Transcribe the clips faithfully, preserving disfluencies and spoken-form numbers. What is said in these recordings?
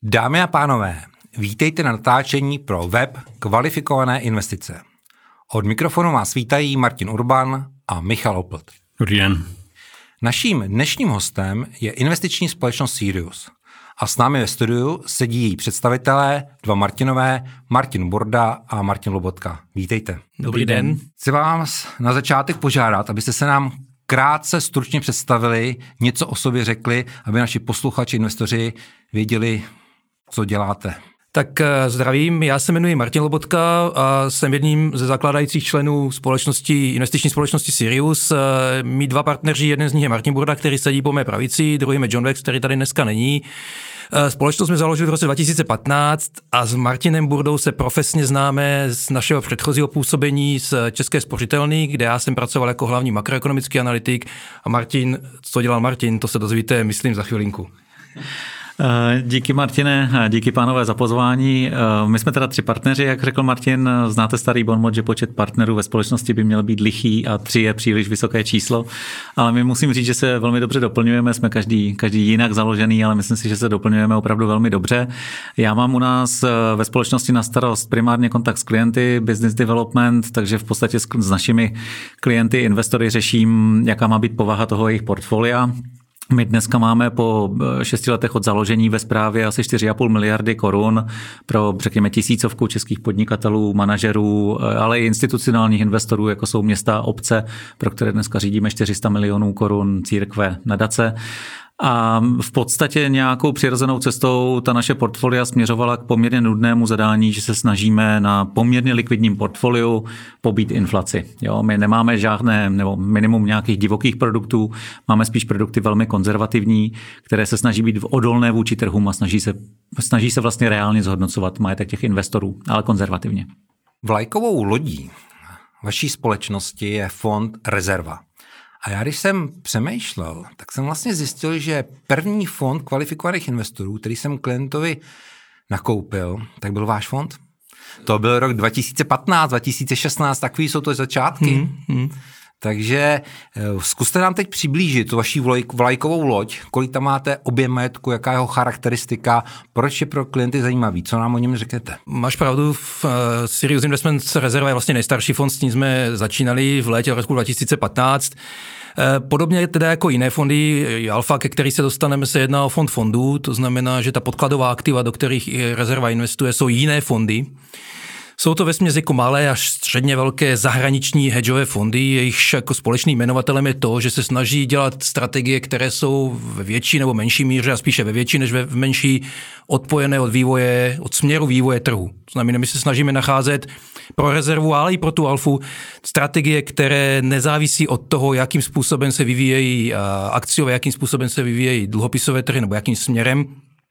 Dámy a pánové, vítejte na natáčení pro web Kvalifikované investice. Od mikrofonu vás vítají Martin Urban a Michal Oplt. Dobrý den. Naším dnešním hostem je investiční společnost Sirius. A s námi ve studiu sedí její představitelé, dva Martinové, Martin Burda a Martin Lobotka. Vítejte. Dobrý den. Chci vás na začátek požádat, abyste se nám krátce stručně představili, něco o sobě řekli, aby naši posluchači, investoři věděli, co děláte. Tak zdravím, já se jmenuji Martin Lobotka a jsem jedním ze zakládajících členů společnosti, investiční společnosti Sirius. Mí dva partneři, jeden z nich je Martin Burda, který sedí po mé pravici, druhý je John Vex, který tady dneska není. Společnost jsme založili v roce dva tisíce patnáct a s Martinem Burdou se profesně známe z našeho předchozího působení z České spořitelny, kde já jsem pracoval jako hlavní makroekonomický analytik a Martin, co dělal Martin, to se dozvíte, myslím, za chvilinku. Díky Martine, díky pánové za pozvání. My jsme teda tři partneři, jak řekl Martin, znáte starý bonmot, že počet partnerů ve společnosti by měl být lichý a tři je příliš vysoké číslo, ale my musím říct, že se velmi dobře doplňujeme, jsme každý, každý jinak založený, ale myslím si, že se doplňujeme opravdu velmi dobře. Já mám u nás ve společnosti na starost primárně kontakt s klienty, business development, takže v podstatě s našimi klienty, investory řeším, jaká má být povaha toho jejich portfolia. My dneska máme po šesti letech od založení ve správě asi čtyři a půl miliardy korun pro, řekněme, tisícovku českých podnikatelů, manažerů, ale i institucionálních investorů, jako jsou města, obce, pro které dneska řídíme čtyři sta milionů korun, církve, nadace. A v podstatě nějakou přirozenou cestou ta naše portfolia směřovala k poměrně nudnému zadání, že se snažíme na poměrně likvidním portfoliu pobít inflaci. Jo, my nemáme žádné nebo minimum nějakých divokých produktů, máme spíš produkty velmi konzervativní, které se snaží být odolné vůči trhům a snaží se, snaží se vlastně reálně zhodnocovat majetek těch investorů, ale konzervativně. Vlajkovou lodí vaší společnosti je fond Rezerva. A já když jsem přemýšlel, tak jsem vlastně zjistil, že první fond kvalifikovaných investorů, který jsem klientovi nakoupil, tak byl váš fond. To byl rok dva tisíce patnáct, dva tisíce šestnáct, takový jsou to začátky. Hmm, hmm. Takže zkuste nám teď přiblížit tu vaši vlajkovou loď, kolik tam máte objem majetku, jaká je jeho charakteristika, proč je pro klienty zajímavý, co nám o něm řeknete? Máš pravdu, v uh, Sirius Investments Rezerva je vlastně nejstarší fond, s tím jsme začínali v létě roku dva tisíce patnáct. Podobně teda jako jiné fondy, Alfa, ke který se dostaneme, se jedná o fond fondů, to znamená, že ta podkladová aktiva, do kterých Rezerva investuje, jsou jiné fondy. Jsou to vesměs jako malé až středně velké zahraniční hedžové fondy, jejichž jako společným jmenovatelem je to, že se snaží dělat strategie, které jsou ve větší nebo menší míře a spíše ve větší než ve menší odpojené od vývoje, od směru vývoje trhu. To znamená, my se snažíme nacházet pro Rezervu, ale i pro tu Alfu strategie, které nezávisí od toho, jakým způsobem se vyvíjejí akciové, jakým způsobem se vyvíjejí dluhopisové trhy nebo jakým směrem.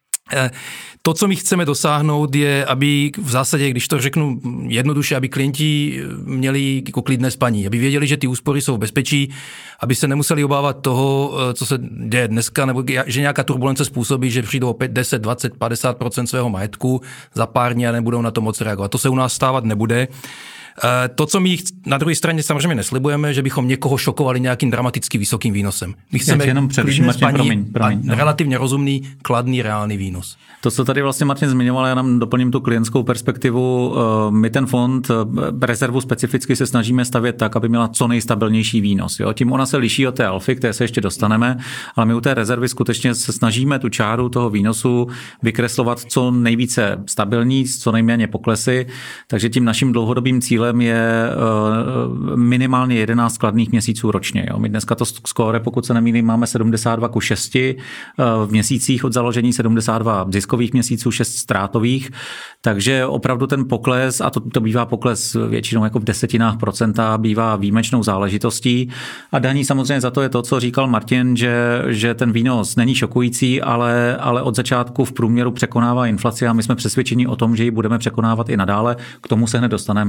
To, co my chceme dosáhnout, je, aby v zásadě, když to řeknu jednoduše, aby klienti měli jako klidné spaní, aby věděli, že ty úspory jsou v bezpečí, aby se nemuseli obávat toho, co se děje dneska, nebo že nějaká turbulence způsobí, že přijdou o pět, deset, dvacet, padesát procent svého majetku za pár dní a nebudou na to moc reagovat. To se u nás stávat nebude. To, co my na druhé straně samozřejmě neslibujeme, že bychom někoho šokovali nějakým dramaticky vysokým výnosem. My chceme jenom klidné spaní promiň, promiň, a no. relativně rozumný, kladný, reálný výnos. To, co tady vlastně Martin zmiňoval, já nám doplním tu klientskou perspektivu. My ten fond Rezervu specificky se snažíme stavět tak, aby měla co nejstabilnější výnos. Jo? Tím ona se liší od té Alfy, které se ještě dostaneme, ale my u té Rezervy skutečně se snažíme tu čáru toho výnosu vykreslovat co nejvíce stabilní, co nejméně poklesy, takže tím naším dlouhodobým cílem je minimálně jedenáct kladných měsíců ročně. Jo? My dneska to skóre, pokud se nemýlím, máme sedmdesát dva ku šesti v měsících od založení, sedmdesát dva ziskových měsíců, šest ztrátových, takže opravdu ten pokles, a to, to bývá pokles většinou jako v desetinách procenta, bývá výjimečnou záležitostí a daní samozřejmě za to je to, co říkal Martin, že, že ten výnos není šokující, ale, ale od začátku v průměru překonává inflaci a my jsme přesvědčeni o tom, že ji budeme překonávat i nadále. K tomu se hned dostaneme, já dám asi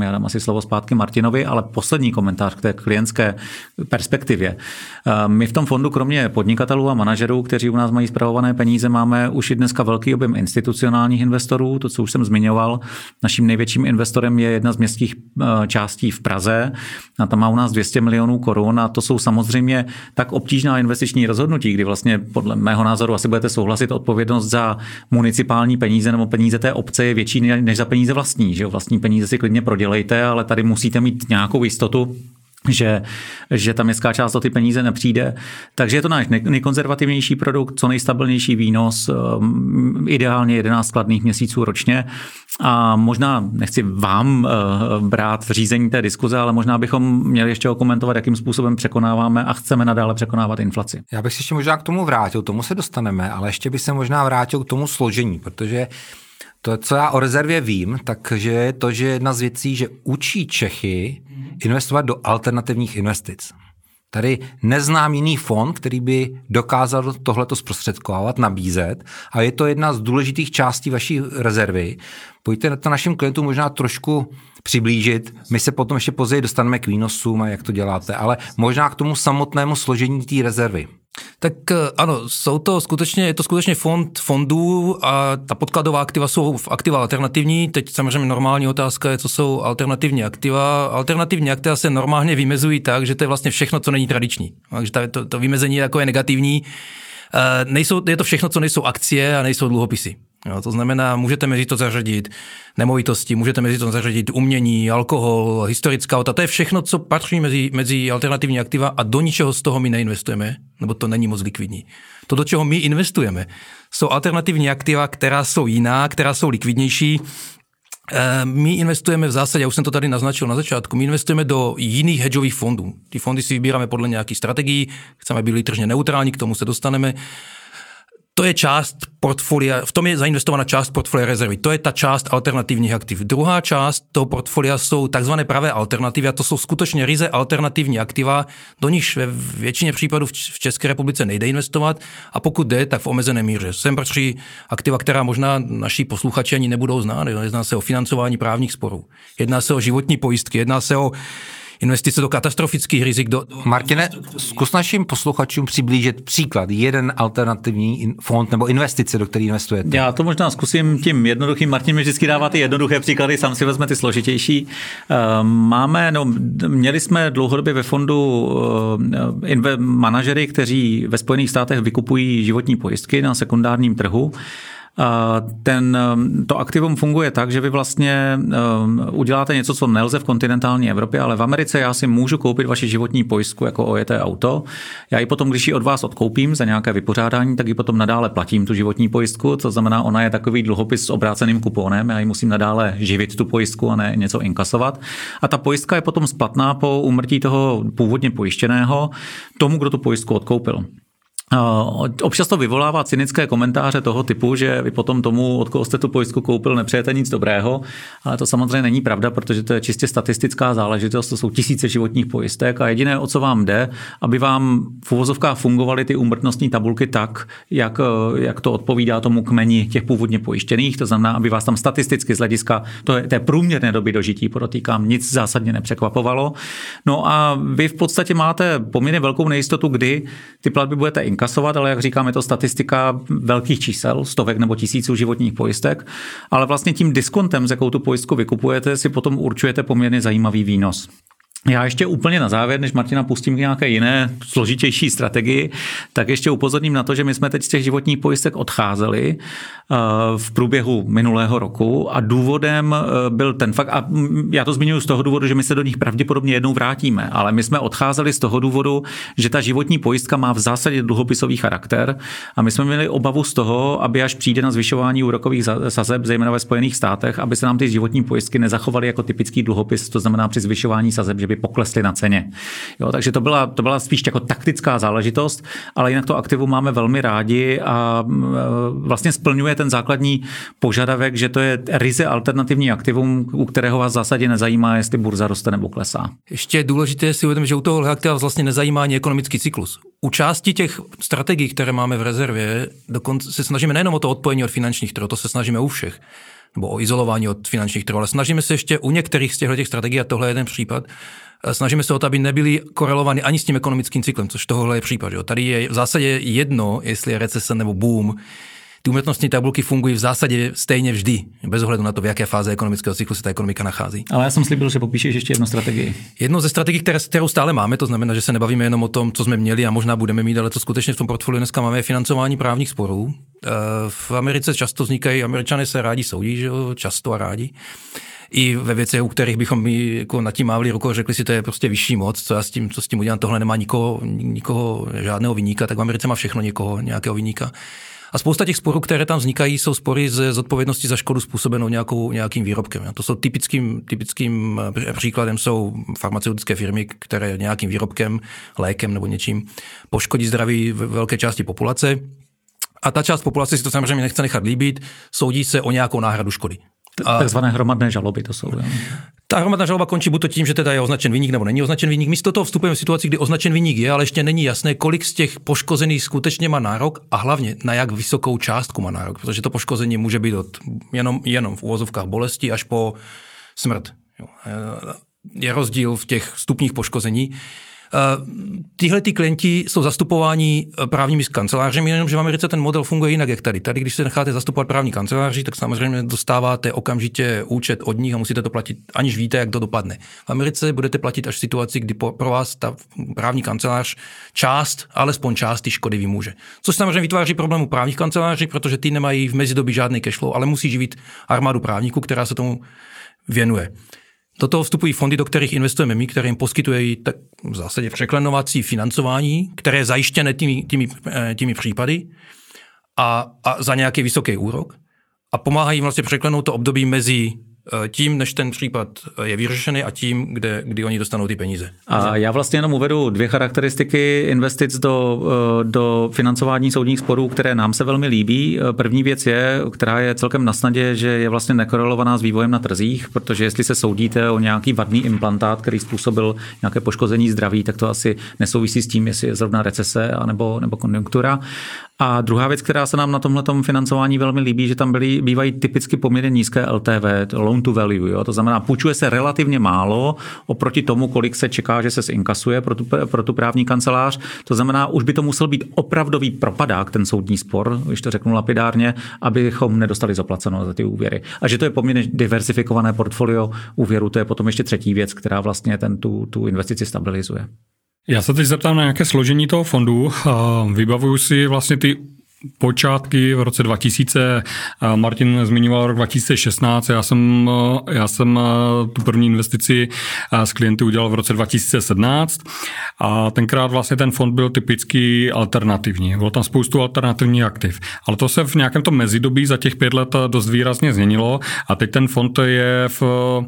slovo zpátky Martinovi, ale poslední komentář k té klientské perspektivě. My v tom fondu kromě podnikatelů a manažerů, kteří u nás mají spravované peníze, máme už i dneska velký objem institucionálních investorů, to, co už jsem zmiňoval. Naším největším investorem je jedna z městských částí v Praze a tam má u nás dvě stě milionů korun a to jsou samozřejmě tak obtížná investiční rozhodnutí, kdy vlastně podle mého názoru asi budete souhlasit, odpovědnost za municipální peníze nebo peníze té obce je větší než za peníze vlastní. Že jo? Vlastní peníze si klidně prodělejte, ale tady musíte mít nějakou jistotu, že, že ta městská část o ty peníze nepřijde. Takže je to náš nejkonzervativnější produkt, co nejstabilnější výnos, ideálně jedenáct kladných měsíců ročně. A možná nechci vám brát v řízení té diskuze, ale možná bychom měli ještě okomentovat, jakým způsobem překonáváme a chceme nadále překonávat inflaci. Já bych se ještě možná k tomu vrátil, tomu se dostaneme, ale ještě bych se možná vrátil k tomu složení, protože to, co já o rezervě vím, takže je to, že jedna z věcí, že učí Čechy investovat do alternativních investic. Tady neznám jiný fond, který by dokázal tohleto zprostředkovávat, nabízet a je to jedna z důležitých částí vaší rezervy. Pojďte to našim klientům možná trošku přiblížit. My se potom ještě později dostaneme k výnosům a jak to děláte, ale možná k tomu samotnému složení té rezervy. Tak ano, jsou to skutečně, je to skutečně fond fondů a ta podkladová aktiva jsou aktiva alternativní. Teď samozřejmě normální otázka je, co jsou alternativní aktiva. Alternativní aktiva se normálně vymezují tak, že to je vlastně všechno, co není tradiční. Takže to, to vymezení je takové negativní. E, nejsou, je to všechno, co nejsou akcie a nejsou dluhopisy. Jo, to znamená, můžete mezi to zařadit nemovitosti, můžete mezi to zařadit umění, alkohol, historická auta, to je všechno, co patří mezi, mezi alternativní aktiva a do ničeho z toho my neinvestujeme, nebo to není moc likvidní. To, do čeho my investujeme, jsou alternativní aktiva, která jsou jiná, která jsou likvidnější. My investujeme v zásadě, já už jsem to tady naznačil na začátku, my investujeme do jiných hedžových fondů. Ty fondy si vybíráme podle nějakých strategií, chceme být tržně neutrální, k tomu se dostaneme. To je část portfolia, v tom je zainvestovaná část portfolia rezervy. To je ta část alternativních aktiv. Druhá část toho portfolia jsou takzvané pravé alternativy a to jsou skutečně ryze alternativní aktiva, do nichž ve většině případů v České republice nejde investovat a pokud jde, tak v omezené míře. Sem patří aktiva, která možná naši posluchači ani nebudou znát. Jedná se o financování právních sporů. Jedná se o životní pojistky, jedná se o investice do katastrofických rizik. Do, do Martine, zkus našim posluchačům přiblížit příklad, jeden alternativní fond nebo investice, do které investujete. Já to možná zkusím tím jednoduchým. Martin mi vždycky dává ty jednoduché příklady, sám si vezme ty složitější. Máme, no, měli jsme dlouhodobě ve fondu inve, manažery, kteří ve Spojených státech vykupují životní pojistky na sekundárním trhu. Ten, to aktivum funguje tak, že vy vlastně uděláte něco, co nelze v kontinentální Evropě, ale v Americe já si můžu koupit vaši životní pojistku jako ojeté auto. Já ji potom, když ji od vás odkoupím za nějaké vypořádání, tak ji potom nadále platím tu životní pojistku, to znamená, ona je takový dluhopis s obráceným kuponem, já ji musím nadále živit tu pojistku a ne něco inkasovat. A ta pojistka je potom splatná po úmrtí toho původně pojištěného tomu, kdo tu pojistku odkoupil. Občas to vyvolává cynické komentáře toho typu, že vy potom tomu, od koho jste tu pojistku koupil, nepřejete nic dobrého, ale to samozřejmě není pravda, protože to je čistě statistická záležitost, to jsou tisíce životních pojistek a jediné, o co vám jde, aby vám v uvozovkách fungovaly ty úmrtnostní tabulky tak, jak, jak to odpovídá tomu kmeni těch původně pojištěných, to znamená, aby vás tam statisticky z hlediska té, té průměrné doby dožití, podotýkám, nic zásadně nepřekvapovalo. No a vy v podstatě máte poměrně velkou nejistotu, kdy ty platby budete inkasovat, ale jak říkám, je to statistika velkých čísel, stovek nebo tisíců životních pojistek, ale vlastně tím diskontem, s jakou tu pojistku vykupujete, si potom určujete poměrně zajímavý výnos. Já ještě úplně na závěr, než Martina pustím k nějaké jiné složitější strategii, tak ještě upozorním na to, že my jsme teď z těch životních pojistek odcházeli v průběhu minulého roku a důvodem byl ten fakt, a já to zmiňuji z toho důvodu, že my se do nich pravděpodobně jednou vrátíme, ale my jsme odcházeli z toho důvodu, že ta životní pojistka má v zásadě dluhopisový charakter a my jsme měli obavu z toho, aby až přijde na zvyšování úrokových sazeb, zejména ve Spojených státech, aby se nám ty životní pojistky nezachovaly jako typický dluhopis, to znamená při zvyšování sazeb, že by poklesly na ceně. Jo, takže to byla, to byla spíš jako taktická záležitost, ale jinak to aktivum máme velmi rádi a vlastně splňuje ten základní požadavek, že to je ryze alternativní aktivum, u kterého vás v zásadě nezajímá, jestli burza roste nebo klesá. Ještě je důležité si uvědomit, že u toho aktiva vlastně nezajímá ani ekonomický cyklus. U části těch strategií, které máme v rezervě, dokonce se snažíme nejenom o to odpojení od finančních trhů, to se snažíme u všech, nebo o izolování od finančních trhů, ale snažíme se ještě u některých z těchto strategií, a tohle je jeden případ, snažíme se o to, aby nebyly korelovány ani s tím ekonomickým cyklem, což tohle je případ. Jo. Tady je v zásadě jedno, jestli je recese nebo boom. Ty úmrtnostní tabulky fungují v zásadě stejně vždy, bez ohledu na to, v jaké fáze ekonomického cyklu se ta ekonomika nachází. Ale já jsem slíbil, že popíšeš ještě jednu strategii. Jednou ze strategií, které, kterou stále máme, to znamená, že se nebavíme jenom o tom, co jsme měli a možná budeme mít, ale co skutečně v tom portfoliu dneska máme, je financování právních sporů. V Americe často vznikají, Američané se rádi soudí, že jo, často a rádi. I ve věcech, u kterých bychom my jako nad tím mávli rukou, řekli si, to je prostě vyšší moc, co já s tím, co s tím udělám, tohle nemá nikoho, nikoho žádného viníka, tak v Americe má všechno někoho, nějakého viníka. A spousta těch sporů, které tam vznikají, jsou spory z zodpovědnosti za škodu způsobenou nějakou, nějakým výrobkem. To jsou typickým, typickým příkladem jsou farmaceutické firmy, které nějakým výrobkem, lékem nebo něčím poškodí zdraví velké části populace. A ta část populace si to samozřejmě nechce nechat líbit, soudí se o nějakou náhradu škody. Takzvané hromadné žaloby to jsou. Jo? Ta hromadná žaloba končí buď to tím, že teda je označen viník nebo není označen viník. Místo toho vstupujeme v situaci, kdy označen viník je, ale ještě není jasné, kolik z těch poškozených skutečně má nárok a hlavně na jak vysokou částku má nárok, protože to poškození může být od jenom, jenom v uvozovkách bolesti až po smrt. Je rozdíl v těch stupních poškození. Tyhle ty klienti jsou zastupováni právními kancelářemi, jenomže v Americe ten model funguje jinak, jak tady. Tady, když se necháte zastupovat právní kanceláři, tak samozřejmě dostáváte okamžitě účet od nich a musíte to platit, aniž víte, jak to dopadne. V Americe budete platit až v situaci, kdy pro vás ta právní kancelář část, alespoň část ty škody vymůže. Což samozřejmě vytváří problém u právních kanceláří, protože ty nemají v mezidobí žádný cashflow, ale musí živit armádu právníků, která se tomu věnuje. Do toho vstupují fondy, do kterých investujeme my, které jim poskytují tak v zásadě překlenovací financování, které je zajištěné těmi, těmi, těmi případy a, a za nějaký vysoký úrok a pomáhají vlastně překlenout to období mezi tím, než ten případ je vyřešený a tím, kde, kdy oni dostanou ty peníze. A já vlastně jenom uvedu dvě charakteristiky investic do, do financování soudních sporů, které nám se velmi líbí. První věc je, která je celkem na snadě, že je vlastně nekorelovaná s vývojem na trzích, protože jestli se soudíte o nějaký vadný implantát, který způsobil nějaké poškození zdraví, tak to asi nesouvisí s tím, jestli je zrovna recese anebo, nebo konjunktura. A druhá věc, která se nám na tomhletom financování velmi líbí, že tam byly, bývají typicky poměrně nízké L T V, loan to value, jo? To znamená, půjčuje se relativně málo oproti tomu, kolik se čeká, že se zinkasuje pro tu, pro tu právní kancelář. To znamená, už by to musel být opravdový propadák, ten soudní spor, když to řeknu lapidárně, abychom nedostali zaplaceno za ty úvěry. A že to je poměrně diversifikované portfolio úvěru, to je potom ještě třetí věc, která vlastně ten, tu, tu investici stabilizuje. Já se teď zeptám na nějaké složení toho fondu. Vybavuju si vlastně ty počátky v roce dva tisíce, Martin zmiňoval rok dva tisíce šestnáct, já jsem, já jsem tu první investici s klienty udělal v roce dva tisíce sedmnáct a tenkrát vlastně ten fond byl typicky alternativní. Bylo tam spoustu alternativních aktiv, ale to se v nějakém tom mezidobí za těch pět let dost výrazně změnilo a teď ten fond je v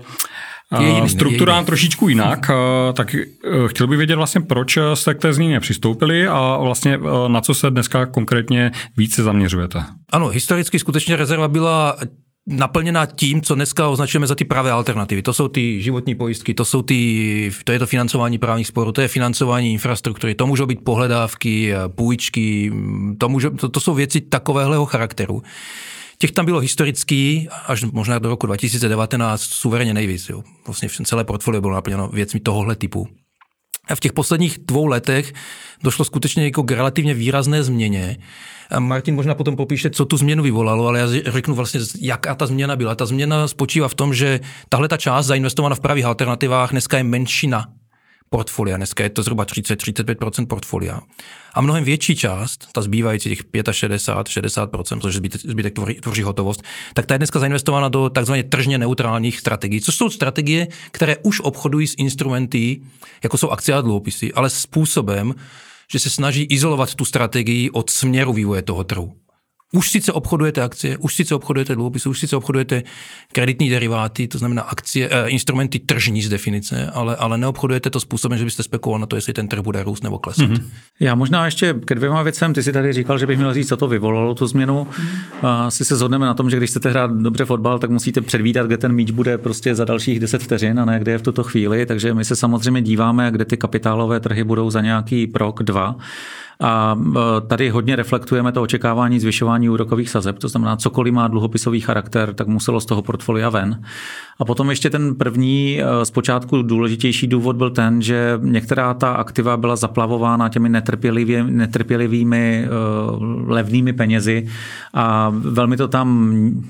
jiný, strukturám trošičku jinak, tak chtěl bych vědět vlastně, proč jste k té změně přistoupili a vlastně na co se dneska konkrétně více zaměřujete. Ano, historicky skutečně rezerva byla naplněná tím, co dneska označujeme za ty pravé alternativy. To jsou ty životní pojistky, to jsou ty, to je to financování právních sporů, to je financování infrastruktury, to můžou být pohledávky, půjčky, to, můžou, to, to jsou věci takového charakteru. Těch tam bylo historicky až možná do roku dva tisíce devatenáct suverénně nejvíc. Jo. Vlastně celé portfolio bylo naplněno věcmi tohohle typu. A v těch posledních dvou letech došlo skutečně jako k relativně výrazné změně. A Martin možná potom popíše, co tu změnu vyvolalo, ale já řeknu vlastně, jaká ta změna byla. Ta změna spočívá v tom, že tahle ta část zainvestovaná v pravých alternativách dneska je menšina portfolia. Dneska je to zhruba třicet až třicet pět procent portfolia. A mnohem větší část, ta zbývající těch šedesát pět až šedesát procent, protože zbytek, zbytek tvoří, tvoří hotovost, tak ta je dneska zainvestována do takzvaně tržně neutrálních strategií, což jsou strategie, které už obchodují s instrumenty, jako jsou akcie a dluhopisy, ale způsobem, že se snaží izolovat tu strategii od směru vývoje toho trhu. Už sice obchodujete akcie, už sice obchodujete dluhopisy, už sice obchodujete kreditní deriváty, to znamená akcie, eh, instrumenty tržní z definice, ale, ale neobchodujete to způsobem, že byste spekuloval na to, jestli ten trh bude růst nebo klesat. Mm-hmm. Já možná ještě ke dvěma věcem, ty si tady říkal, že bych měl říct, co to vyvolalo tu změnu. Mm-hmm. Asi se shodneme na tom, že když chcete hrát dobře fotbal, tak musíte předvídat, kde ten míč bude prostě za dalších deset vteřin a ne kde je v tuto chvíli, takže my se samozřejmě díváme, kde ty kapitálové trhy budou za nějaký rok, dva. A tady hodně reflektujeme to očekávání zvyšování úrokových sazeb, to znamená, cokoliv má dluhopisový charakter, tak muselo z toho portfolia ven. A potom ještě ten první zpočátku důležitější důvod byl ten, že některá ta aktiva byla zaplavována těmi netrpělivý, netrpělivými levnými penězi a velmi to tam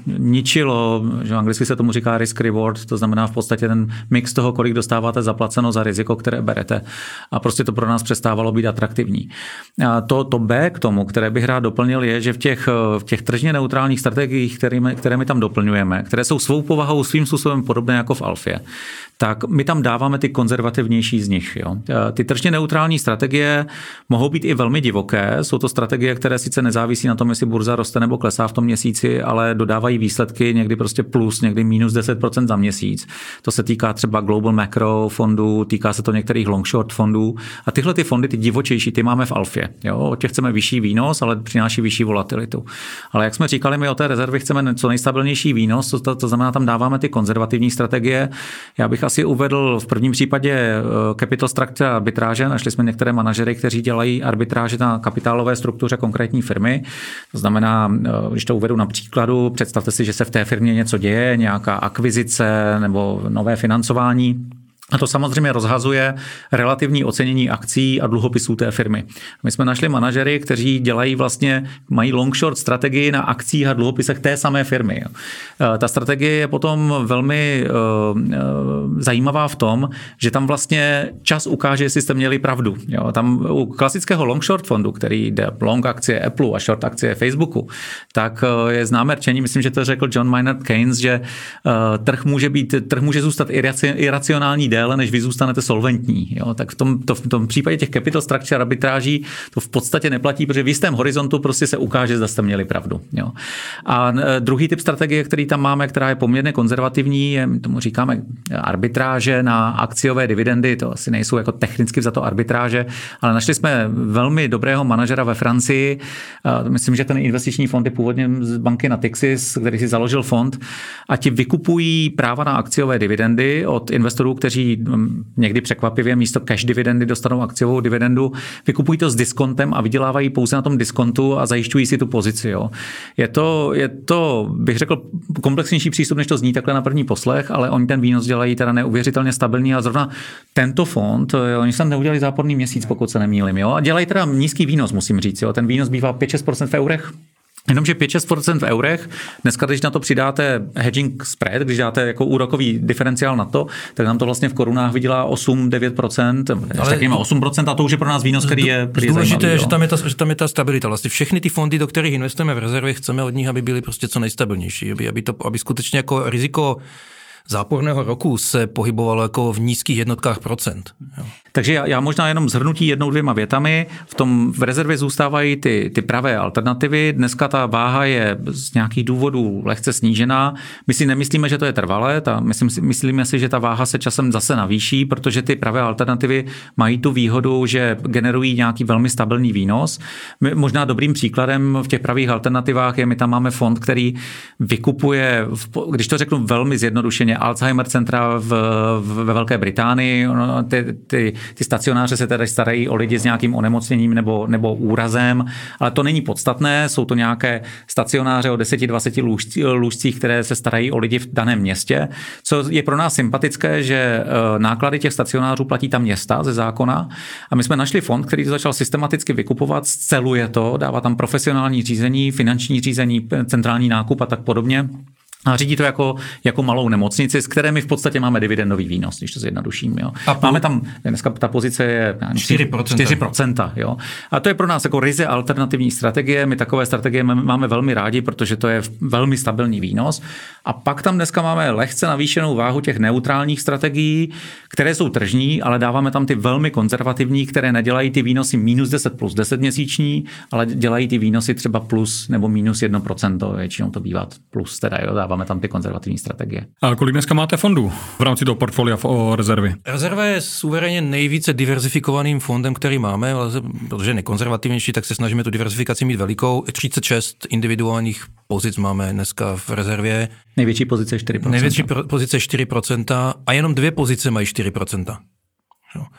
ničilo, že anglicky se tomu říká risk reward, to znamená v podstatě ten mix toho, kolik dostáváte zaplaceno za riziko, které berete. A prostě to pro nás přestávalo být atraktivní. A to, to B k tomu, které bych rád doplnil, je, že v těch, v těch tržně neutrálních strategiích, kterými, které my tam doplňujeme, které jsou svou povahou svým způsobem podobné jako v Alfě, tak my tam dáváme ty konzervativnější z nich. Jo. Ty tržně neutrální strategie mohou být i velmi divoké. Jsou to strategie, které sice nezávisí na tom, jestli burza roste nebo klesá v tom měsíci, ale dodávají výsledky někdy prostě plus, někdy minus deset procent za měsíc. To se týká třeba Global Macro fondů, týká se to některých long short fondů. A tyhle ty fondy, ty divočejší, ty máme v Alfě. Jo. Od těch chceme vyšší výnos, ale přináší vyšší volatilitu. Ale jak jsme říkali, my o té rezervy chceme co nejstabilnější výnos, to, to, to znamená, tam dáváme ty konzervativní strategie. Já bych asi uvedl v prvním případě capital structure arbitráže. Našli jsme některé manažery, kteří dělají arbitráže na kapitálové struktuře konkrétní firmy. To znamená, když to uvedu na příkladu, představte si, že se v té firmě něco děje, nějaká akvizice nebo nové financování. A to samozřejmě rozhazuje relativní ocenění akcí a dluhopisů té firmy. My jsme našli manažery, kteří dělají vlastně, mají long short strategii na akcích a dluhopisech té samé firmy. Ta strategie je potom velmi uh, zajímavá v tom, že tam vlastně čas ukáže, jestli jste měli pravdu. Jo, tam u klasického long short fondu, který jde long akcie Apple a short akcie Facebooku, tak uh, je známé rčení, myslím, že to řekl John Maynard Keynes, že uh, trh může být, trh může zůstat iraci, iracionální déle, než vy zůstanete solventní. Jo? Tak v tom, to, v tom případě těch capital structure arbitráží to v podstatě neplatí, protože v jistém horizontu prostě se ukáže, zda jste měli pravdu. Jo? A druhý typ strategie, který tam máme, která je poměrně konzervativní, je, tomu říkáme arbitráže na akciové dividendy, to asi nejsou jako technicky vzato arbitráže, ale našli jsme velmi dobrého manažera ve Francii, myslím, že ten investiční fond je původně z banky Natixis, který si založil fond a ti vykupují práva na akciové dividendy od investorů, kteří někdy překvapivě místo cash dividendy dostanou akciovou dividendu, vykupují to s diskontem a vydělávají pouze na tom diskontu a zajišťují si tu pozici. Jo. Je to, je to, bych řekl, komplexnější přístup, než to zní takhle na první poslech, ale oni ten výnos dělají teda neuvěřitelně stabilní a zrovna tento fond, jo, oni se neudělali záporný měsíc, pokud se nemýlím, jo, a dělají teda nízký výnos, musím říct. Jo. Ten výnos bývá pět až šest procent v eurech. Jenomže pět až šest procent v eurech, dneska, když na to přidáte hedging spread, když dáte jako úrokový diferenciál na to, tak nám to vlastně v korunách vydělá osm až devět procent, řekněme osm procent a to už je pro nás výnos, který je zajímavý. Důležité je, že tam je, ta, že tam je ta stabilita. Vlastně všechny ty fondy, do kterých investujeme v rezervě, chceme od nich, aby byly prostě co nejstabilnější, aby, aby, to, aby skutečně jako riziko záporného roku se pohybovalo jako v nízkých jednotkách procent. Jo. Takže já, já možná jenom shrnutí jednou, dvěma větami. V tom v rezervě zůstávají ty, ty pravé alternativy. Dneska ta váha je z nějakých důvodů lehce snížená. My si nemyslíme, že to je trvalé. Ta, myslím, myslíme si, že ta váha se časem zase navýší, protože ty pravé alternativy mají tu výhodu, že generují nějaký velmi stabilní výnos. My, možná dobrým příkladem v těch pravých alternativách je, my tam máme fond, který vykupuje, když to řeknu velmi zjednodušeně, Alzheimer centra v, v, ve Velké Británii. Ty, ty, ty stacionáře se tedy starají o lidi s nějakým onemocněním nebo, nebo úrazem, ale to není podstatné. Jsou to nějaké stacionáře o deset až dvacet lůžcích, které se starají o lidi v daném městě. Co je pro nás sympatické, že náklady těch stacionářů platí ta města ze zákona a my jsme našli fond, který to začal systematicky vykupovat, sceluje to, dává tam profesionální řízení, finanční řízení, centrální nákup a tak podobně. A řídí to jako, jako malou nemocnici, s které my v podstatě máme dividendový výnos, když to zjednoduším. Jo. A máme tam, dneska ta pozice je čtyři procenta. čtyři procenta jo. A to je pro nás jako ryze alternativní strategie. My takové strategie máme velmi rádi, protože to je velmi stabilní výnos. A pak tam dneska máme lehce navýšenou váhu těch neutrálních strategií, které jsou tržní, ale dáváme tam ty velmi konzervativní, které nedělají ty výnosy minus deset plus deset měsíční, ale dělají ty výnosy třeba plus nebo minus jedno procento, většinou to bývá plus, teda jo, dáváme tam ty konzervativní strategie. A kolik dneska máte fondů v rámci toho portfolia o rezervy? Rezerva je suverénně nejvíce diverzifikovaným fondem, který máme, protože je nekonzervativnější, tak se snažíme tu diverzifikaci mít velikou. třicet šest individuálních pozic máme dneska v rezervě. Největší pozice čtyři procenta. Největší pozice čtyři procenta a jenom dvě pozice mají čtyři procenta.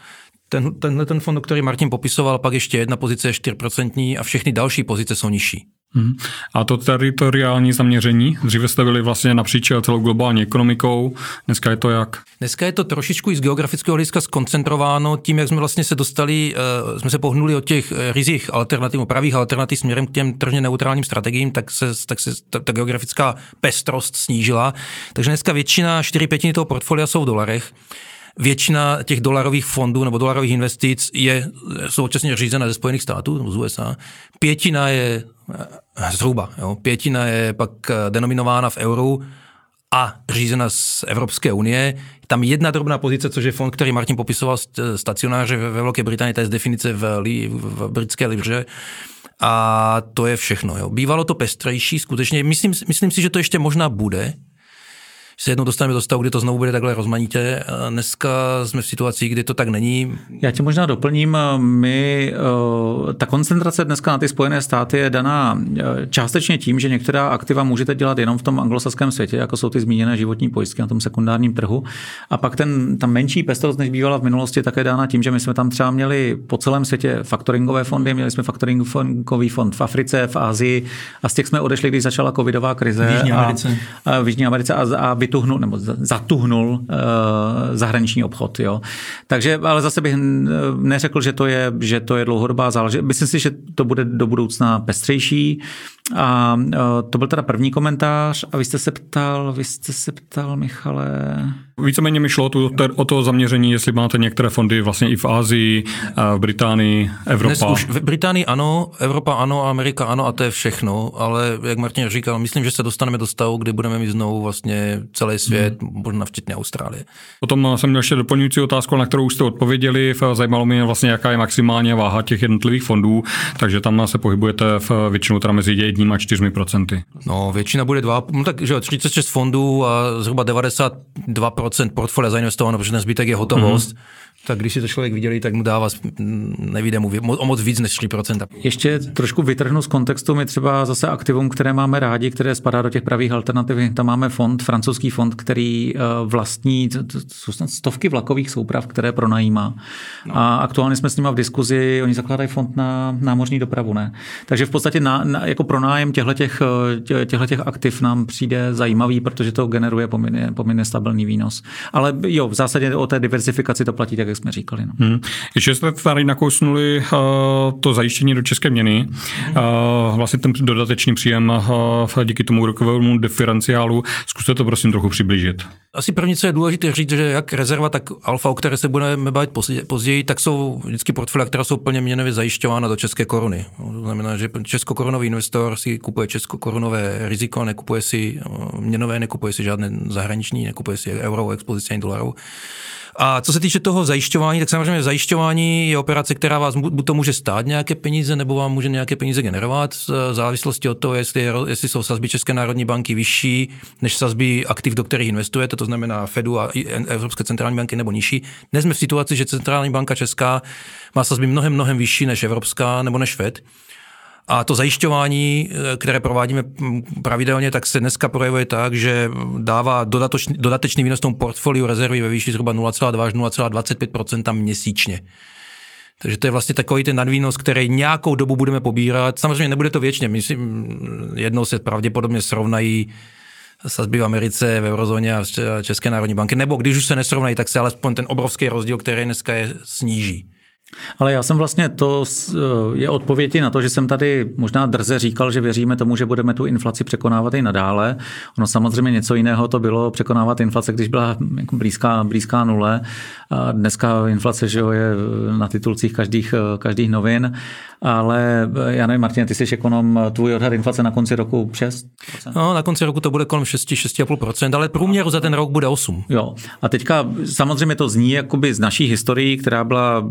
Ten, tenhle ten fond, který Martin popisoval, pak ještě jedna pozice je čtyři procenta a všechny další pozice jsou nižší. Hmm. A to teritoriální zaměření? Dříve jste byli vlastně napříč celou globální ekonomikou, dneska je to jak? Dneska je to trošičku i z geografického hlediska skoncentrováno tím, jak jsme vlastně se dostali, uh, jsme se pohnuli od těch rizích alternativ, pravých alternativ směrem k těm tržně neutrálním strategiím, tak se, tak se ta, ta geografická pestrost snížila. Takže dneska většina, čtyři pětiny toho portfolia jsou v dolarech. Většina těch dolarových fondů nebo dolarových investic je současně řízena ze Spojených států, z U S A. Pětina je zhruba, jo, pětina je pak denominována v euru a řízena z Evropské unie. Tam jedna drobná pozice, což je fond, který Martin popisoval stacionáře ve Velké Británii, to je z definice v, li, v britské libře. A to je všechno. Jo. Bývalo to pestrejší, skutečně. Myslím, myslím si, že to ještě možná bude, že se jednou dostaneme do stavu, kdy to znovu bude takhle rozmanitě. Dneska jsme v situaci, kdy to tak není. Já tě možná doplním, my, ta koncentrace dneska na ty Spojené státy je daná částečně tím, že některá aktiva můžete dělat jenom v tom anglosaském světě, jako jsou ty zmíněné životní pojistky na tom sekundárním trhu. A pak ten, ta menší pestrost, než bývala v minulosti, také dána tím, že my jsme tam třeba měli po celém světě faktoringové fondy, měli jsme faktoringový fond v Africe, v Asii a z těch jsme odešli, když začala covidová krize. V Jižní Americe. A, a v Jižní Americe a, a vytuhnul, nebo zatuhnul uh, zahraniční obchod. Jo. Takže, ale zase bych neřekl, že to je, že to je dlouhodobá záležitost. Myslím si, že to bude do budoucna pestřejší. A uh, to byl teda první komentář. A vy jste se ptal, vy jste se ptal, Michale... Víceméně mi šlo o to zaměření, jestli máte některé fondy vlastně i v Asii, v Británii, Evropa. Dnes už v Británii ano, Evropa ano, Amerika ano a to je všechno, ale jak Martin říkal, myslím, že se dostaneme do stavu, kdy budeme mít znovu vlastně celý svět, hmm. možná včetně Austrálie. Potom jsem měl ještě doplňující otázku, na kterou už jste odpověděli. Zajímalo mě vlastně, jaká je maximální váha těch jednotlivých fondů, takže tam se pohybujete v většinou teda mezi jedním a čtyřmi procenty. No, většina bude dva, no tak že třicet šest fondů a zhruba devadesát dva procent portfolia zainvestováno, protože ten zbytek je hotovost. Mm-hmm. Tak když si to člověk viděli, tak mu dává, nevíde mu o moc víc než tři procenta. Ještě trošku vytrhnu z kontextu, my třeba zase aktivum, které máme rádi, které spadá do těch pravých alternativ, tam máme fond, francouzský fond, který vlastní jsou snad stovky vlakových souprav, které pronajímá. No. A aktuálně jsme s nimi v diskuzi, oni zakládají fond na námořní dopravu, ne? Takže v podstatě na, na, jako pronájem těchto aktiv nám přijde zajímavý, protože to generuje poměrně, poměrně stabilní výnos. Ale jo, v zásadě o té diversifikaci to platí tak, jak jsme říkali. No. Hmm. Ještě jste tady nakousnuli uh, to zajištění do české měny, uh, vlastně ten dodatečný příjem uh, díky tomu úrokovému diferenciálu. Zkuste to prosím trochu přiblížit. Asi první, co je důležité říct, že jak rezerva, tak alfa, o které se budeme bavit později, tak jsou vždycky portfolia, která jsou plně měnově zajišťována do české koruny. To znamená, že českokorunový investor si kupuje českokorunové riziko, nekupuje si měnové, nekupuje si žádné zahraniční, nekupuje si euro, expozici ani dolarů. A co se týče toho zajišťování, tak samozřejmě zajišťování je operace, která vás buď to může stát nějaké peníze, nebo vám může nějaké peníze generovat, v závislosti od toho, jestli, jestli jsou sazby České národní banky vyšší než sazby aktiv, do kterých investujete, to znamená Fedu a Evropské centrální banky, nebo nižší. Dnes jsme v situaci, že centrální banka česká má sazby mnohem, mnohem vyšší než evropská nebo než Fed. A to zajišťování, které provádíme pravidelně, tak se dneska projevuje tak, že dává dodatečný, dodatečný výnos tomu portfoliu rezervy ve výši zhruba nula celá dva až nula celá dvacet pět procenta měsíčně. Takže to je vlastně takový ten nadvýnos, který nějakou dobu budeme pobírat. Samozřejmě nebude to věčně. Myslím, jednou se pravděpodobně srovnají sazby v Americe, v eurozóně a České národní banky. Nebo když už se nesrovnají, tak se alespoň ten obrovský rozdíl, který dneska je, sníží. Ale já jsem vlastně, to je odpověď na to, že jsem tady možná drze říkal, že věříme tomu, že budeme tu inflaci překonávat i nadále. Ono samozřejmě něco jiného to bylo překonávat inflace, když byla jako blízká, blízká nule. A dneska inflace, že jo, je na titulcích každých, každých novin. Ale já nevím, Martin, ty jsi ekonom, tvůj odhad inflace na konci roku šest procent? No, na konci roku to bude kolem šest až šest celá pět procenta, ale průměru za ten rok bude osm. Jo. A teďka samozřejmě to zní jakoby z naší historií, která byla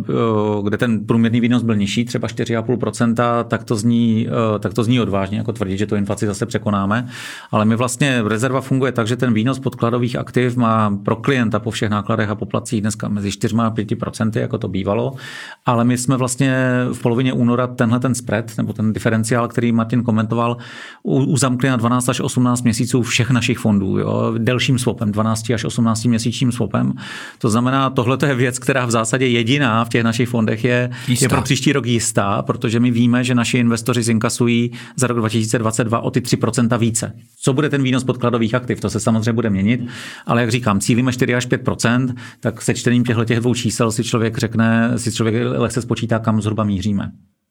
kde ten průměrný výnos byl nižší, třeba čtyři a půl procenta, tak to zní, tak to zní odvážně, jako tvrdit, že tu inflaci zase překonáme. Ale my vlastně rezerva funguje tak, že ten výnos podkladových aktiv má pro klienta po všech nákladech a poplatcích dneska mezi čtyři a pět procent, jako to bývalo. Ale my jsme vlastně v polovině února tenhle ten spread, nebo ten diferenciál, který Martin komentoval, uzamkli na dvanáct až osmnáct měsíců všech našich fondů. Jo? Delším swapem, dvanáct až osmnáct měsíčním swapem. To znamená, tohle je věc, která v zásadě jediná v těch našich fondech je, je pro příští rok jistá, protože my víme, že naši investoři zinkasují za rok dva tisíce dvacet dva o ty tři procenta více. Co bude ten výnos podkladových aktiv? To se samozřejmě bude měnit, ale jak říkám, cílíme čtyři až pět procent, tak se čtením těchto těch dvou čísel si člověk řekne, si člověk lehce spočítá, kam zhruba míříme.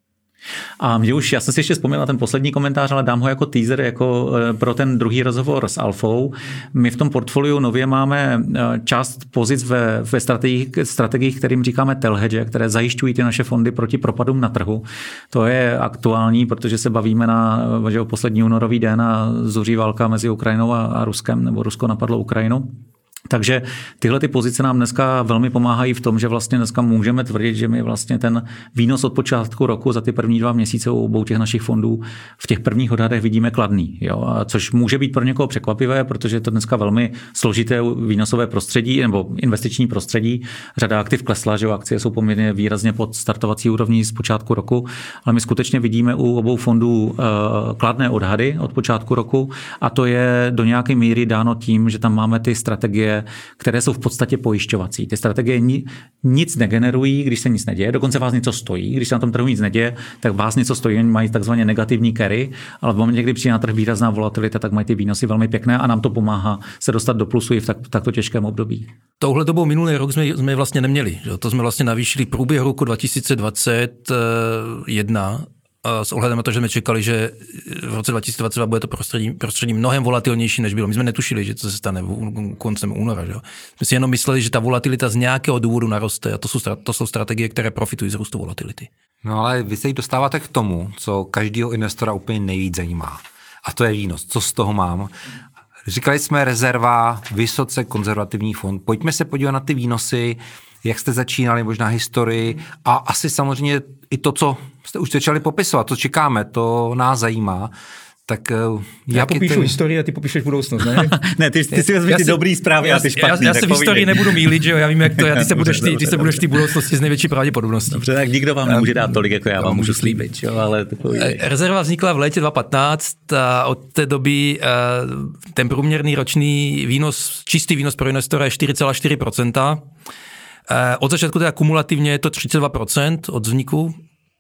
A mě už, já jsem si ještě vzpomněl na ten poslední komentář, ale dám ho jako teaser, jako pro ten druhý rozhovor s Alfou. My v tom portfoliu nově máme část pozic ve, ve strategiích, strategiích, kterým říkáme tail hedge, které zajišťují ty naše fondy proti propadům na trhu. To je aktuální, protože se bavíme na že poslední únorový den a zuří válka mezi Ukrajinou a, a Ruskem, nebo Rusko napadlo Ukrajinu. Takže tyhle ty pozice nám dneska velmi pomáhají v tom, že vlastně dneska můžeme tvrdit, že my vlastně ten výnos od počátku roku za ty první dva měsíce u obou těch našich fondů v těch prvních odhadech vidíme kladný. Jo? A což může být pro někoho překvapivé, protože je to dneska velmi složité výnosové prostředí nebo investiční prostředí. Řada aktiv klesla, že akcie jsou poměrně výrazně pod startovací úrovní z počátku roku, ale my skutečně vidíme u obou fondů uh, kladné odhady od počátku roku a to je do nějaké míry dáno tím, že tam máme ty strategie, které jsou v podstatě pojišťovací. Ty strategie nic negenerují, když se nic neděje, dokonce vás něco stojí. Když se na tom trhu nic neděje, tak vás něco stojí, oni mají takzvaně negativní carry, ale v momentě, kdy přijde na trh výrazná volatilita, tak mají ty výnosy velmi pěkné a nám to pomáhá se dostat do plusu i v tak, takto těžkém období. Touhle dobou minulý rok jsme, jsme vlastně neměli. Že? To jsme vlastně navýšili průběh roku dva tisíce dvacet jedna s ohledem na to, že jsme čekali, že v roce dva tisíce dvacet dva bude to prostředí, prostředí mnohem volatilnější, než bylo. My jsme netušili, že to se stane koncem února. Že? My si jenom mysleli, že ta volatilita z nějakého důvodu naroste a to jsou, to jsou strategie, které profitují z růstu volatility. No ale vy se dostáváte k tomu, co každého investora úplně nejvíc zajímá. A to je výnos. Co z toho mám? Říkali jsme rezerva, vysoce konzervativní fond. Pojďme se podívat na ty výnosy, jak jste začínali, možná historii a asi samozřejmě i to, co jste už začali popisovat, to čekáme, to nás zajímá. Tak já popíšu ty... historii a ty popíšeš budoucnost, ne? ne, ty, ty si vezmi ty dobrý zprávy a ty špatný. Já, já se v historii nebudu mýlit, že jo, já vím, jak to, já, ty se budeš ty, ty se budeš v té budoucnosti s největší pravděpodobností. Dobře, tak nikdo vám nemůže dát tolik, jako já vám můžu slíbit, jo, ale takový... Rezerva vznikla v létě dva tisíce patnáct a od té doby ten průměrný roční výnos, čistý výnos pro investora je čtyři celá čtyři procenta. Od začátku teda kumulativně je to třicet dva procent od vzniku.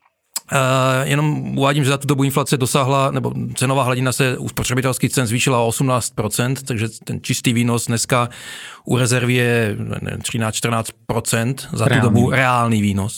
Uh, jenom uvádím, že za tu dobu inflace dosáhla, nebo cenová hladina se u spotřebitelských cen zvýšila o osmnáct procent, takže ten čistý výnos dneska u rezervy je třináct až čtrnáct procent za reálný. Tu dobu reálný výnos.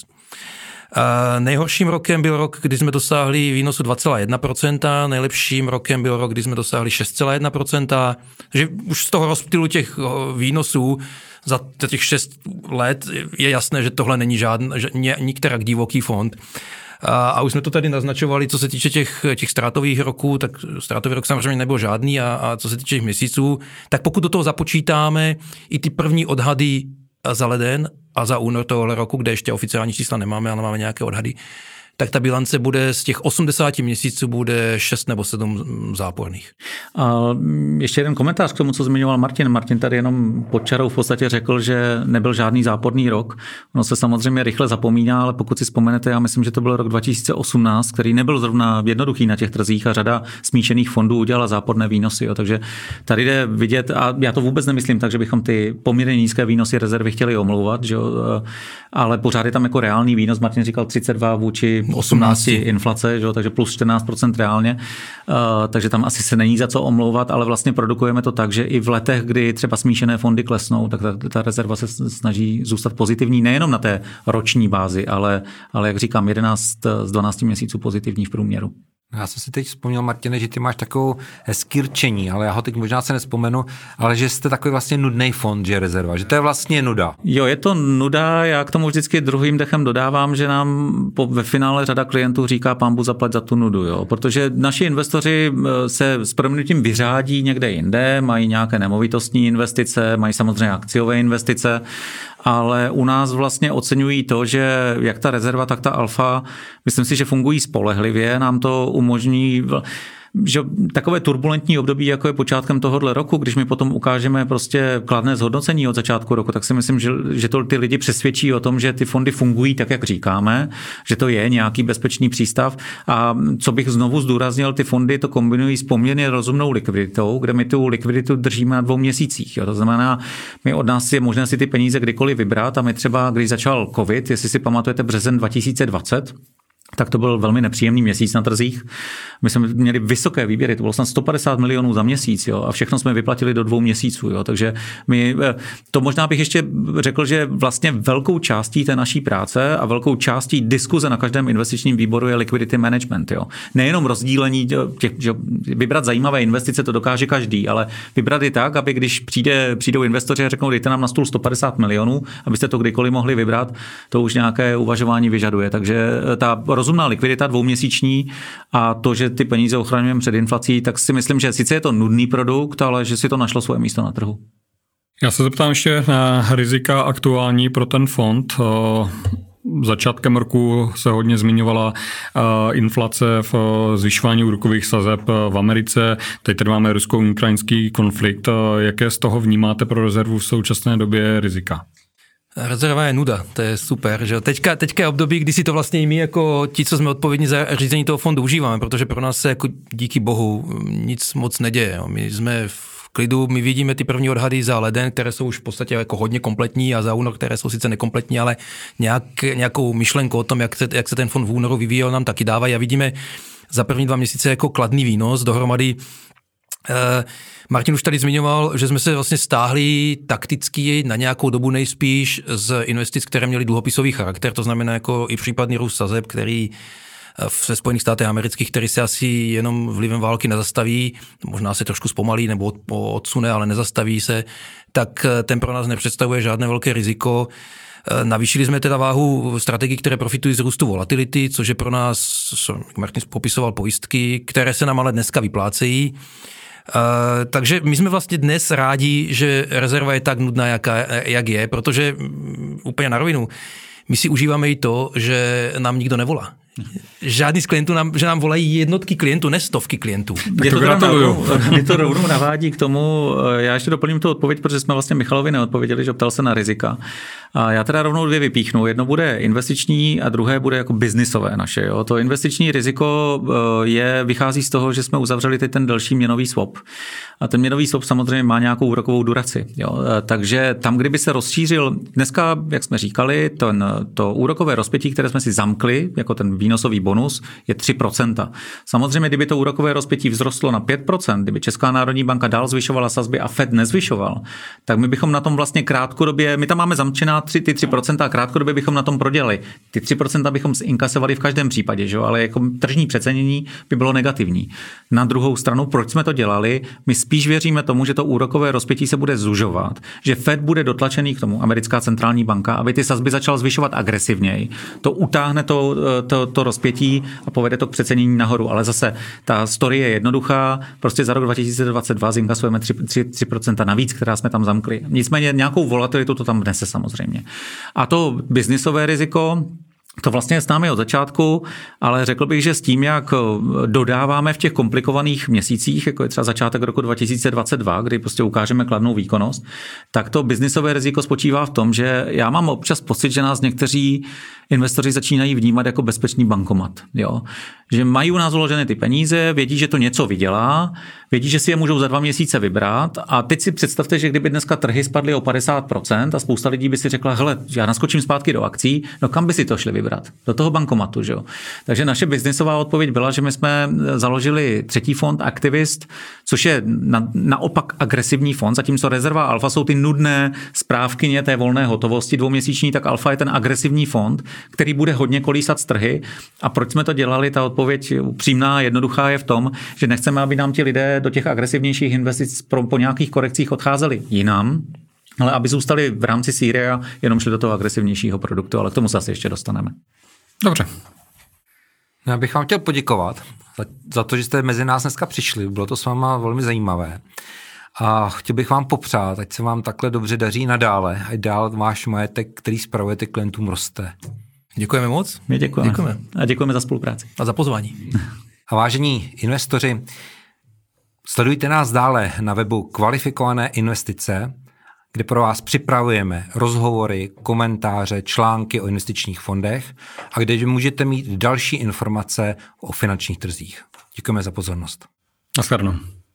Uh, nejhorším rokem byl rok, kdy jsme dosáhli výnosu dva celá jedna procenta, nejlepším rokem byl rok, kdy jsme dosáhli šest celá jedna procenta, takže už z toho rozptylu těch výnosů za těch šest let je jasné, že tohle není žádný, nikterak divoký fond. A už jsme to tady naznačovali, co se týče těch, těch ztrátových roků, tak ztrátový rok samozřejmě nebyl žádný a, a co se týče těch měsíců, tak pokud do toho započítáme i ty první odhady za leden a za únor tohohle roku, kde ještě oficiální čísla nemáme, ale máme nějaké odhady, tak ta bilance bude z těch osmdesáti měsíců bude šest nebo sedm záporných. A ještě jeden komentář k tomu, co zmiňoval Martin. Martin tady jenom pod čarou v podstatě řekl, že nebyl žádný záporný rok. Ono se samozřejmě rychle zapomíná, ale pokud si vzpomenete, já myslím, že to byl rok dva tisíce osmnáct, který nebyl zrovna jednoduchý na těch trzích a řada smíšených fondů udělala záporné výnosy. Jo. Takže tady jde vidět, a já to vůbec nemyslím tak, že bychom ty poměrně nízké výnosy rezervy chtěli omlouvat, že jo, ale pořád je tam jako reálný výnos. Martin říkal třicet dva vůči osmnáct inflace, že? Takže plus čtrnáct procent reálně, uh, takže tam asi se není za co omlouvat, ale vlastně produkujeme to tak, že i v letech, kdy třeba smíšené fondy klesnou, tak ta, ta rezerva se snaží zůstat pozitivní nejenom na té roční bázi, ale, ale jak říkám, jedenáct z dvanácti měsíců pozitivní v průměru. Já jsem si teď vzpomněl, Martine, že ty máš takovou hezký rčení, ale já ho teď možná se nespomenu, ale že jste takový vlastně nudný fond, že rezerva, že to je vlastně nuda. Jo, je to nuda, já k tomu vždycky druhým dechem dodávám, že nám po, ve finále řada klientů říká pánbu zaplať za tu nudu, jo, protože naši investoři se s prominutím vyřádí někde jinde, mají nějaké nemovitostní investice, mají samozřejmě akciové investice ale u nás vlastně oceňují to, že jak ta rezerva, tak ta alfa, myslím si, že fungují spolehlivě, nám to umožní že takové turbulentní období, jako je počátkem tohohle roku, když my potom ukážeme prostě kladné zhodnocení od začátku roku, tak si myslím, že, že to ty lidi přesvědčí o tom, že ty fondy fungují tak, jak říkáme, že to je nějaký bezpečný přístav. A co bych znovu zdůraznil, ty fondy to kombinují s poměrně rozumnou likviditou, kde my tu likviditu držíme na dvou měsících. Jo. To znamená, my od nás je možné si ty peníze kdykoliv vybrat a my třeba, když začal covid, jestli si pamatujete březen dva tisíce dvacet, tak to byl velmi nepříjemný měsíc na trzích. My jsme měli vysoké výběry, to bylo snad sto padesát milionů za měsíc, jo, a všechno jsme vyplatili do dvou měsíců. Jo, takže my, to možná bych ještě řekl, že vlastně velkou částí té naší práce a velkou částí diskuze na každém investičním výboru je liquidity management. Jo. Nejenom rozdílení těch, že vybrat zajímavé investice, to dokáže každý, ale vybrat i tak, aby když přijde, přijdou investoři a řeknou, dejte nám na stůl sto padesát milionů, abyste to kdykoliv mohli vybrat, to už nějaké uvažování vyžaduje. Takže ta rozumná likvidita dvouměsíční a to, že ty peníze ochraňujeme před inflací, tak si myslím, že sice je to nudný produkt, ale že si to našlo svoje místo na trhu. Já se zeptám ještě na rizika aktuální pro ten fond. Začátkem roku se hodně zmiňovala inflace v zvyšování úrokových sazeb v Americe. Teď tady máme rusko-ukrajinský konflikt. Jaké z toho vnímáte pro rezervu v současné době rizika? Rezerva je nuda, to je super, že teďka, teďka je období, kdy si to vlastně i my jako ti, co jsme odpovědní za řízení toho fondu, užíváme, protože pro nás se jako díky bohu nic moc neděje. Jo. My jsme v klidu, my vidíme ty první odhady za leden, které jsou už v podstatě jako hodně kompletní a za únor, které jsou sice nekompletní, ale nějak, nějakou myšlenku o tom, jak se, jak se ten fond v únoru vyvíjel, nám taky dávají a vidíme za první dva měsíce jako kladný výnos, dohromady. Uh, Martin už tady zmiňoval, že jsme se vlastně stáhli takticky na nějakou dobu nejspíš z investic, které měly dluhopisový charakter, to znamená jako i případný růst sazeb, který ve Spojených státech amerických, který se asi jenom vlivem války nezastaví, možná se trošku zpomalí nebo odsune, ale nezastaví se, tak ten pro nás nepředstavuje žádné velké riziko. Navýšili jsme teda váhu strategií, které profitují z růstu volatility, což je pro nás, jak Martin popisoval, pojistky, které se nám ale dneska vyplácejí. Uh, takže my jsme vlastně dnes rádi, že rezerva je tak nudná, jaká, jak je, protože um, úplně na rovinu, my si užíváme i to, že nám nikdo nevolá. Žádný z klientů, nám, že nám volají jednotky klientů, ne stovky klientů. Mě to, to, mě to rovnou navádí k tomu, já ještě doplním tu odpověď, protože jsme vlastně Michalovi neodpověděli, že ptal se na rizika. A já teda rovnou dvě vypíchnu. Jedno bude investiční a druhé bude jako biznisové naše. Jo. To investiční riziko je, vychází z toho, že jsme uzavřeli teď ten další měnový swap. A ten měnový swap samozřejmě má nějakou úrokovou duraci. Jo. Takže tam, kdyby se rozšířil, dneska, jak jsme říkali, ten, to úrokové rozpětí, které jsme si zamkli, jako ten výnosový bonus, je tři procenta. Samozřejmě, kdyby to úrokové rozpětí vzrostlo na pět procent, kdyby Česká národní banka dál zvyšovala sazby a Fed nezvyšoval, tak my bychom na tom vlastně krátkodobě, my tam máme zamčená tři, ty tři procenta a krátkodobě bychom na tom prodělali. Ty tři procenta bychom inkasovali v každém případě, že? Ale jako tržní přecenění by bylo negativní. Na druhou stranu, proč jsme to dělali? My spíš věříme tomu, že to úrokové rozpětí se bude zužovat, že Fed bude dotlačený k tomu, americká centrální banka, aby ty sazby začal zvyšovat agresivněji. To utáhne to, to, to rozpětí a povede to k přecenění nahoru. Ale zase ta story je jednoduchá, prostě za rok dva tisíce dvacet dva zinkasujeme tři procenta navíc, která jsme tam zamkli. Nicméně nějakou volatilitu to tam vnese samozřejmě. A to biznisové riziko, to vlastně je s námi od začátku, ale řekl bych, že s tím, jak dodáváme v těch komplikovaných měsících, jako je třeba začátek roku dva tisíce dvacet dva, kdy prostě ukážeme kladnou výkonnost, tak to biznisové riziko spočívá v tom, že já mám občas pocit, že nás někteří investoři začínají vnímat jako bezpečný bankomat. Jo? Že mají u nás uložené ty peníze, vědí, že to něco vydělá, vědí, že si je můžou za dva měsíce vybrat a teď si představte, že kdyby dneska trhy spadly o padesát procent a spousta lidí by si řekla, hele, já naskočím zpátky do akcí, no kam by si to šli vybrat? Do toho bankomatu, že jo? Takže naše biznisová odpověď byla, že my jsme založili třetí fond Aktivist, což je na, naopak agresivní fond, zatímco rezerva Alfa jsou ty nudné správkyně té volné hotovosti dvouměsíční, tak Alfa je ten agresivní fond, který bude hodně kolísat z trhy. A proč jsme to dělali? Ta odpověď upřímná, jednoduchá je v tom, že nechceme, aby nám ti lidé do těch agresivnějších investic po, po nějakých korekcích odcházeli jinam, ale aby zůstali v rámci Sýrie a jenom šli do toho agresivnějšího produktu, ale k tomu se asi ještě dostaneme. Dobře. Já bych vám chtěl poděkovat za, za to, že jste mezi nás dneska přišli. Bylo to s váma velmi zajímavé. A chtěl bych vám popřát, ať se vám takhle dobře daří nadále, ať dál váš majetek, který spravujete klientům, roste. Děkujeme moc. My děkujeme. děkujeme. A děkujeme za spolupráci. A za pozvání. A vážení investoři, sledujte nás dále na webu Kvalifikované investice, kde pro vás připravujeme rozhovory, komentáře, články o investičních fondech a kde můžete mít další informace o finančních trzích. Děkujeme za pozornost. Naschledanou.